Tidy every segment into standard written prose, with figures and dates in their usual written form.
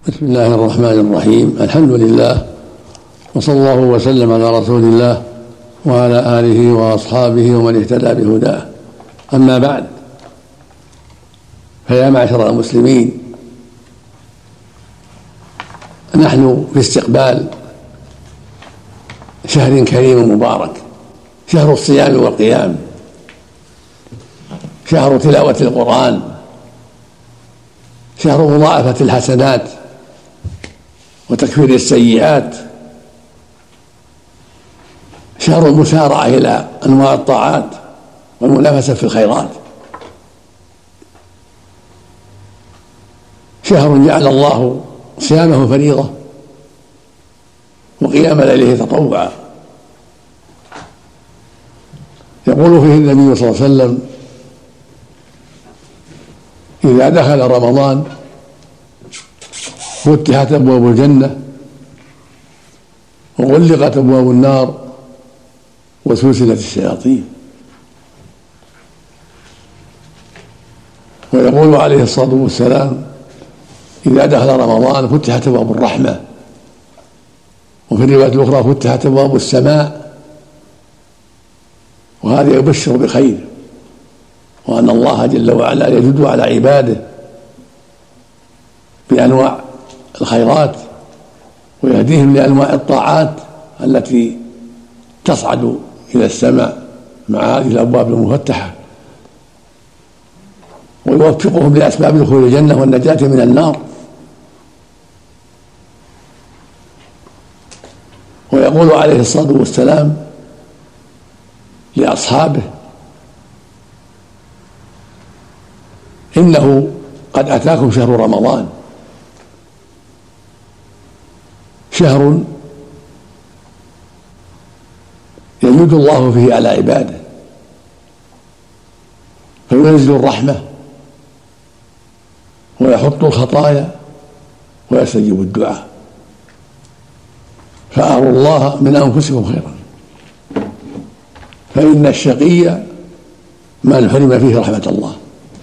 بسم الله الرحمن الرحيم. الحمد لله، وصلى الله وسلم على رسول الله وعلى آله وأصحابه ومن اهتدى بهداه. أما بعد، فيا معشر المسلمين، نحن في استقبال شهر كريم مبارك، شهر الصيام والقيام، شهر تلاوة القرآن، شهر مضاعفة الحسنات وتكفير السيئات، شهر المسارعة إلى أنواع الطاعات والمنافسة في الخيرات، شهر جعل الله صيامه فريضة وقيام ليله تطوعا. يقول فيه النبي صلى الله عليه وسلم: إذا دخل رمضان فتحت أبواب الجنة وغلقت أبواب النار وسلسلت الشياطين. ويقول عليه الصلاة والسلام: إذا دخل رمضان فتحت أبواب الرحمة، وفي الرواية الأخرى فتحت أبواب السماء. وهذا يبشر بخير، وأن الله جل وعلا يجد على عباده بأنواع الخيرات ويهديهم لأنواع الطاعات التي تصعد إلى السماء مع هذه الأبواب المفتحة، ويوفقهم لأسباب دخول الجنة والنجاة من النار. ويقول عليه الصلاة والسلام لأصحابه: إنه قد أتاكم شهر رمضان، شهر يجود الله فيه على عباده، فينزل الرحمة ويحط الخطايا ويستجيب الدعاء، فأروا الله من أنفسكم خيرا، فإن الشقي من حرم فيه رحمة الله.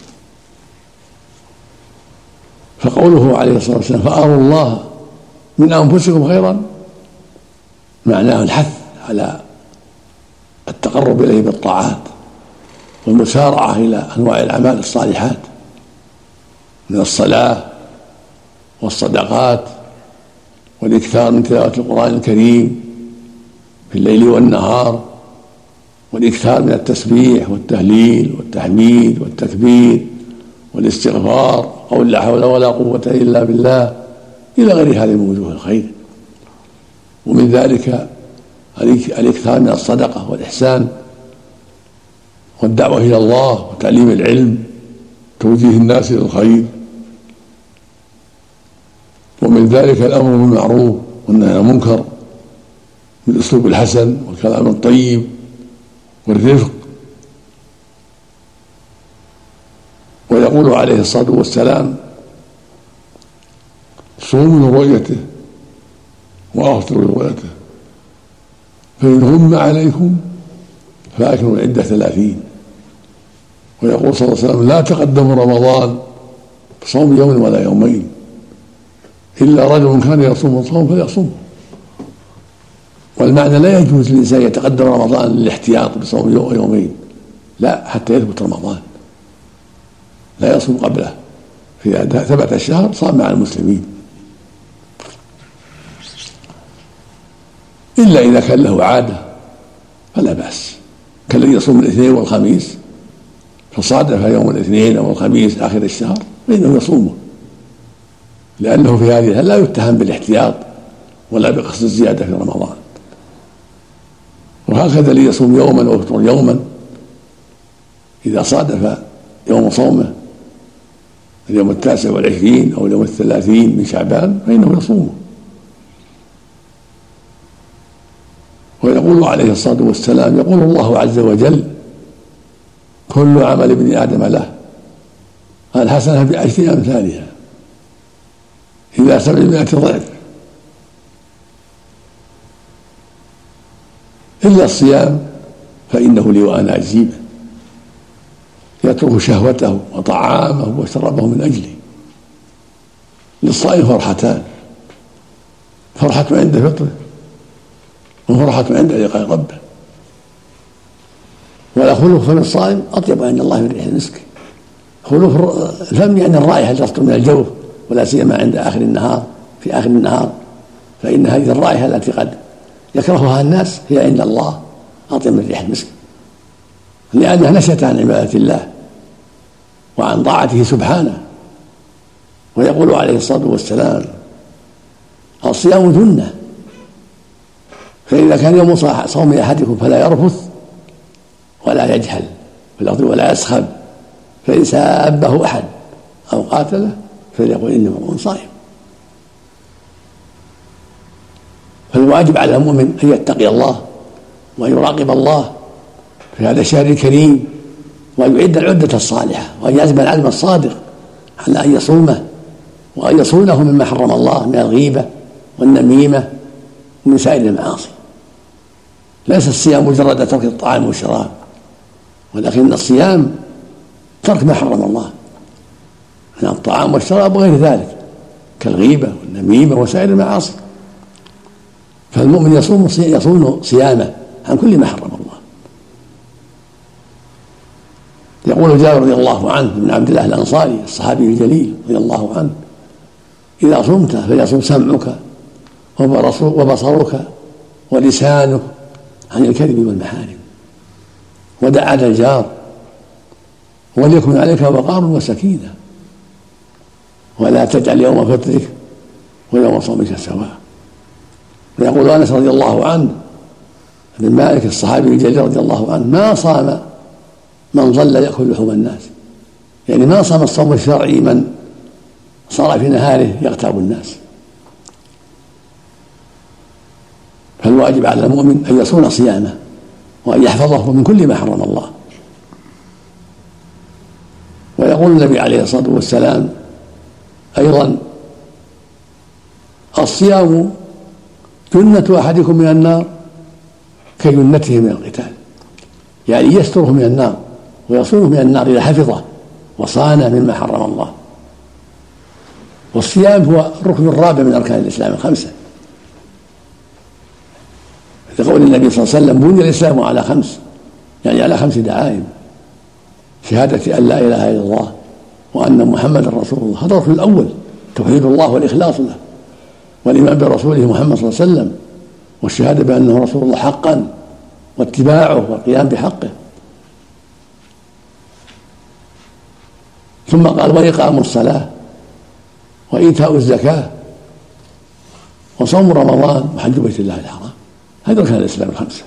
فقوله عليه الصلاة والسلام: فأروا الله من أنفسكم خيرا، معناه الحث على التقرب إليه بالطاعات والمسارعة إلى أنواع الأعمال الصالحات من الصلاة والصدقات والإكثار من تلاوة القرآن الكريم في الليل والنهار، والإكثار من التسبيح والتهليل والتحميد والتكبير والاستغفار، قول لا حول ولا قوة إلا بالله، إلى غير هذه من وجوه الخير. ومن ذلك الإكثار من الصدقة والإحسان والدعوة إلى الله وتعليم العلم، توجيه الناس إلى الخير. ومن ذلك الأمر بالمعروف والنهي عن المنكر بالأسلوب الحسن والكلام الطيب والرفق. ويقول عليه الصلاة والسلام: صوموا لرؤيته وأفطروا لرؤيته، فإن غم عليكم فأكملوا العدة 30. ويقول صلى الله عليه وسلم: لا تقدموا رمضان بصوم يوم ولا يومين، إلا رجل كان يصوم الصوم فليصوم. والمعنى لا يجوز للإنسان يتقدم رمضان للاحتياط بصوم يومين، لا، حتى يثبت رمضان لا يصوم قبله، فإذا ثبت الشهر صام مع المسلمين. إلا إذا كان له عادة فلا بأس، كالذي يصوم الاثنين والخميس فصادف يوم الاثنين أو الخميس آخر الشهر فإنه يصومه، لأنه في هذه الحال لا يتهم بالاحتياط ولا بقصد الزيادة في رمضان. وهكذا الذي يصوم يوما ويفطر يوما إذا صادف يوم صومه اليوم 29 أو اليوم 30 من شعبان فإنه يصومه. ويقول عليه الصلاة والسلام: يقول الله عز وجل: كل عمل ابن آدم له، الحسنة بعشر أمثالها إلى 700 ضعف، إلا الصيام فإنه لي وأنا أجزي به، يترك شهوته وطعامه وشربه من أجله. للصائم فرحتان: فرحة عند فطره وفرحة عند لقاء ربه. ولا خلوف فم الصائم أطيب عند الله من ريح المسك. خلوف الفم يعني الرائحة التي تصدر من الجوف، ولا سيما عند آخر النهار، في آخر النهار، فإن هذه الرائحة التي قد يكرهها الناس هي عند الله أطيب من ريح المسك، لأنها نشأت عن عبادة الله وعن طاعته سبحانه. ويقول عليه الصلاة والسلام: الصيام جنة، فإذا كان يوم صوم أحدكم فلا يرفث ولا يجهل ولا يسخب، فإن سابه أحد أو قاتله فليقل إني امرؤ صائم. فالواجب على المؤمن أن يتقي الله وأن يراقب الله في هذا الشهر الكريم، وأن يعد العدة الصالحة، وأن يعزم العزم الصادق على أن يصومه، وأن يصونه مما حرم الله من الغيبة والنميمة ومن سائر المعاصي. ليس الصيام مجرد ترك الطعام والشراب، ولكن الصيام ترك ما حرم الله من الطعام والشراب وغير ذلك كالغيبة والنميمة وسائر المعاصي. فالمؤمن يصوم صيامه عن كل ما حرم الله. يقول جابر رضي الله عنه بن عبد الله الأنصاري الصحابي الجليل رضي الله عنه: إذا صمت فليصم سمعك وبصرك ولسانك عن الكذب والمحارم، ودع عن الجار، وليكن عليك وقار وسكينة، ولا تجعل يوم فطرك ويوم صومك سواء. ويقول أنس رضي الله عنه بن مالك الصحابي الجليل رضي الله عنه: ما صام من ظل يأكل لحوم الناس، يعني ما صام الصوم الشرعي من صار في نهاره يغتاب الناس. فالواجب على المؤمن أن يصون صيامه وأن يحفظه من كل ما حرم الله. ويقول النبي عليه الصلاة والسلام أيضا: الصيام جنة أحدكم من النار كجنته من القتال، يعني يستره من النار ويصونه من النار إذا حفظه وصانه مما حرم الله. والصيام هو الركن الرابع من أركان الإسلام الخمسة، لقول النبي صلى الله عليه وسلم: بني الإسلام على خمس، يعني على 5 دعائم: شهادة أن لا إله إلا الله وأن محمدا رسول الله، هذا الركن الأول، توحيد الله والإخلاص له، والإيمان برسوله محمد صلى الله عليه وسلم، والشهادة بأنه رسول الله حقا، واتباعه والقيام بحقه. ثم قال: وإقام الصلاة وإيتاء الزكاة وصوم رمضان وحج بيت الله الحرام. هذا كان الإسلام الخمسة.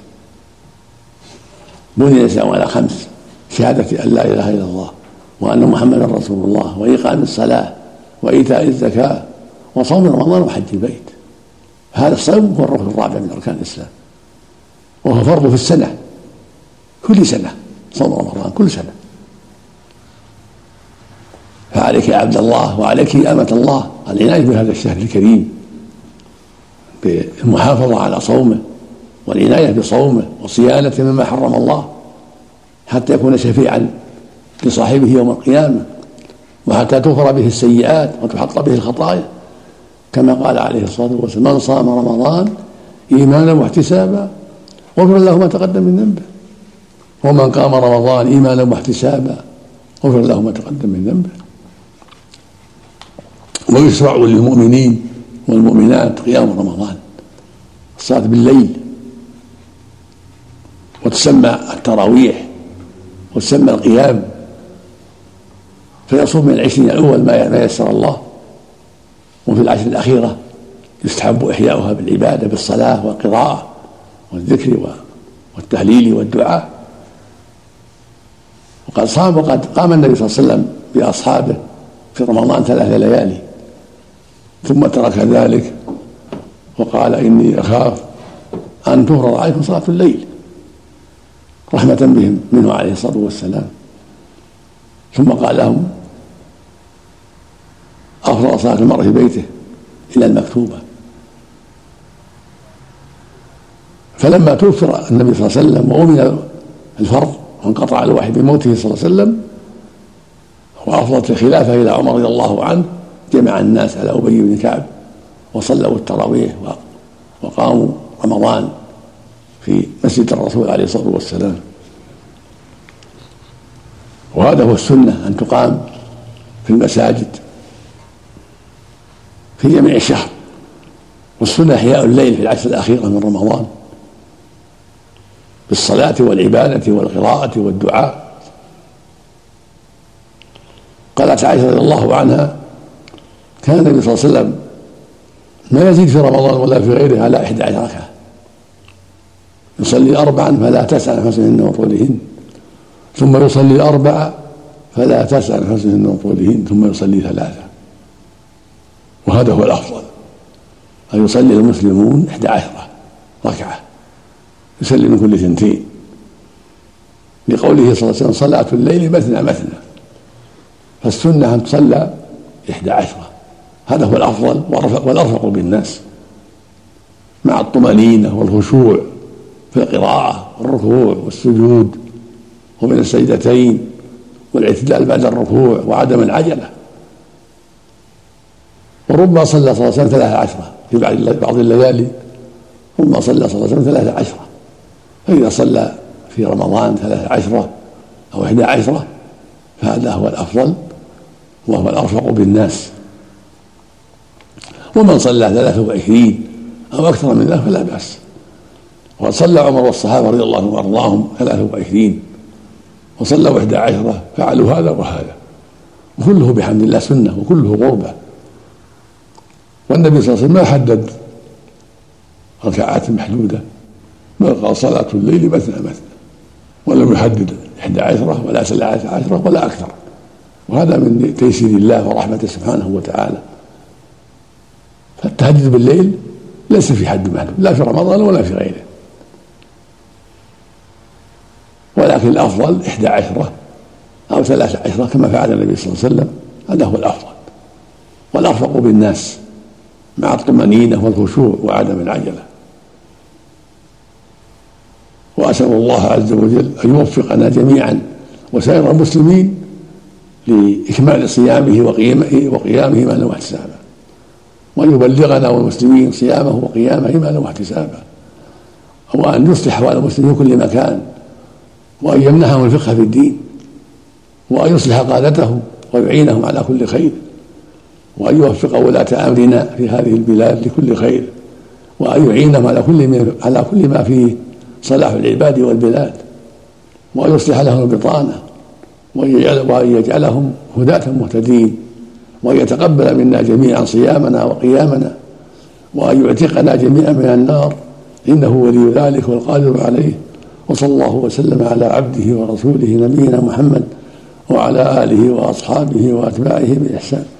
بني الإسلام على 5: شهادة أن لا إله إلا الله وأن محمدا رسول الله وإقام الصلاة وإيتاء الزكاة وصوم رمضان وحج البيت. هذا الصوم هو الركن الرابع من أركان الإسلام، وهو فرض في السنة، كل سنة صوم رمضان كل سنة. فعليك يا عبد الله وعليك يا أمة الله العناية بهذا الشهر الكريم، بالمحافظة على صومه والعناية بصومه وصيانة مما حرم الله، حتى يكون شفيعا لصاحبه يوم القيامة، وحتى تغفر به السيئات وتحط به الخطايا، كما قال عليه الصلاة والسلام: من صام رمضان إيمانا واحتسابا غفر له ما تقدم من ذنبه، ومن قام رمضان إيمانا واحتسابا غفر له ما تقدم من ذنبه. ويشرع للمؤمنين والمؤمنات قيام رمضان، الصلاة بالليل، وتسمى التراويح وتسمى القيام، فيصوم من 20 الأول ما يسر الله، وفي 10 الأخيرة يستحب إحياؤها بالعبادة بالصلاة والقراءة والذكر والتهليل والدعاء. وقد قام النبي صلى الله عليه وسلم بأصحابه في رمضان 3 ليالي، ثم ترك ذلك وقال: إني أخاف أن تفرض عليكم صلاة الليل، رحمة بهم منه عليه الصلاة والسلام. ثم قال لهم: أفضل صلاة المرء في بيته إلا المكتوبة. فلما توفر النبي صلى الله عليه وسلم وأمن الفرض وانقطع الوحي بموته صلى الله عليه وسلم، وأفضلت الخلافة إلى عمر رضي الله عنه، جمع الناس على أبي بن كعب وصلوا التراويح وقاموا رمضان في مسجد الرسول عليه الصلاة والسلام. وهذا هو السنة، أن تقام في المساجد في جميع الشهر، والسنة إحياء الليل في العشر الأخيرة من رمضان بالصلاة والعبادة والقراءة والدعاء. قالت عائشة رضي الله عنها: كان النبي صلى الله عليه وسلم ما يزيد في رمضان ولا في غيره على 11 ركعة، يصلي 4 فلا تسأل عن حسنهن وطولهن، ثم يصلي 4 فلا تسأل عن حسنهن وطولهن، ثم يصلي 3. وهذا هو الأفضل، أن يصلي المسلمون 11 ركعة يسلم من كل 2، لقوله صلى الله عليه وسلم: صلاة الليل مثنى مثنى. فالسنة أن تصلى 11، هذا هو الأفضل والأرفق بالناس، مع الطمأنينة والخشوع في القراءة والركوع والسجود وبين السجدتين والاعتدال بعد الركوع وعدم العجلة. وربما صلى صلى الله عليه وسلم 13 في بعض الليالي، ربما صلى صلى الله عليه وسلم 13. فإذا صلى في رمضان 13 أو 11 فهذا هو الأفضل وهو الأرفق بالناس. ومن صلى 23 أو أكثر من ذلك فلا بأس. وقد صلى عمر والصحابة رضي الله عنهم وأرضاهم 23 وصلوا 11، فعلوا هذا وهذا، وكله بحمد الله سنة وكله قربة. والنبي صلى الله عليه وسلم ما حدد ركعات محدودة، ما قال صلاة الليل مثنى مثنى، ولم يحدد 11 ولا 13 ولا أكثر. وهذا من تيسير الله ورحمته سبحانه وتعالى. فالتهجد بالليل ليس في حد محدود، لا في رمضان ولا في غيره، ولكن الأفضل 11 أو 13 كما فعل النبي صلى الله عليه وسلم، هذا هو الأفضل والأرفق بالناس، مع الطمأنينة والخشوع وعدم العجلة. وأسأل الله عز وجل أن يوفقنا جميعا وسائر المسلمين لإكمال صيامه وقيامه إيمانا واحتسابا، وأن يبلغنا والمسلمين صيامه وقيامه إيمانا واحتسابا، وأن يصلح أحوال المسلمين في كل مكان، وأن يمنحهم الفقه في الدين، وأن يصلح قادتهم ويعينهم على كل خير، وأن يوفق ولاة أمرنا في هذه البلاد لكل خير، وأن يعينهم على كل ما فيه صلاح العباد والبلاد، وأن يصلح لهم البطانة، وأن يجعلهم هداة مهتدين، وأن يتقبل منا جميعا صيامنا وقيامنا، وأن يعتقنا جميعا من النار، إنه ولي ذلك والقادر عليه. وصلى الله وسلم على عبده ورسوله نبينا محمد وعلى آله وأصحابه وأتباعه بإحسان.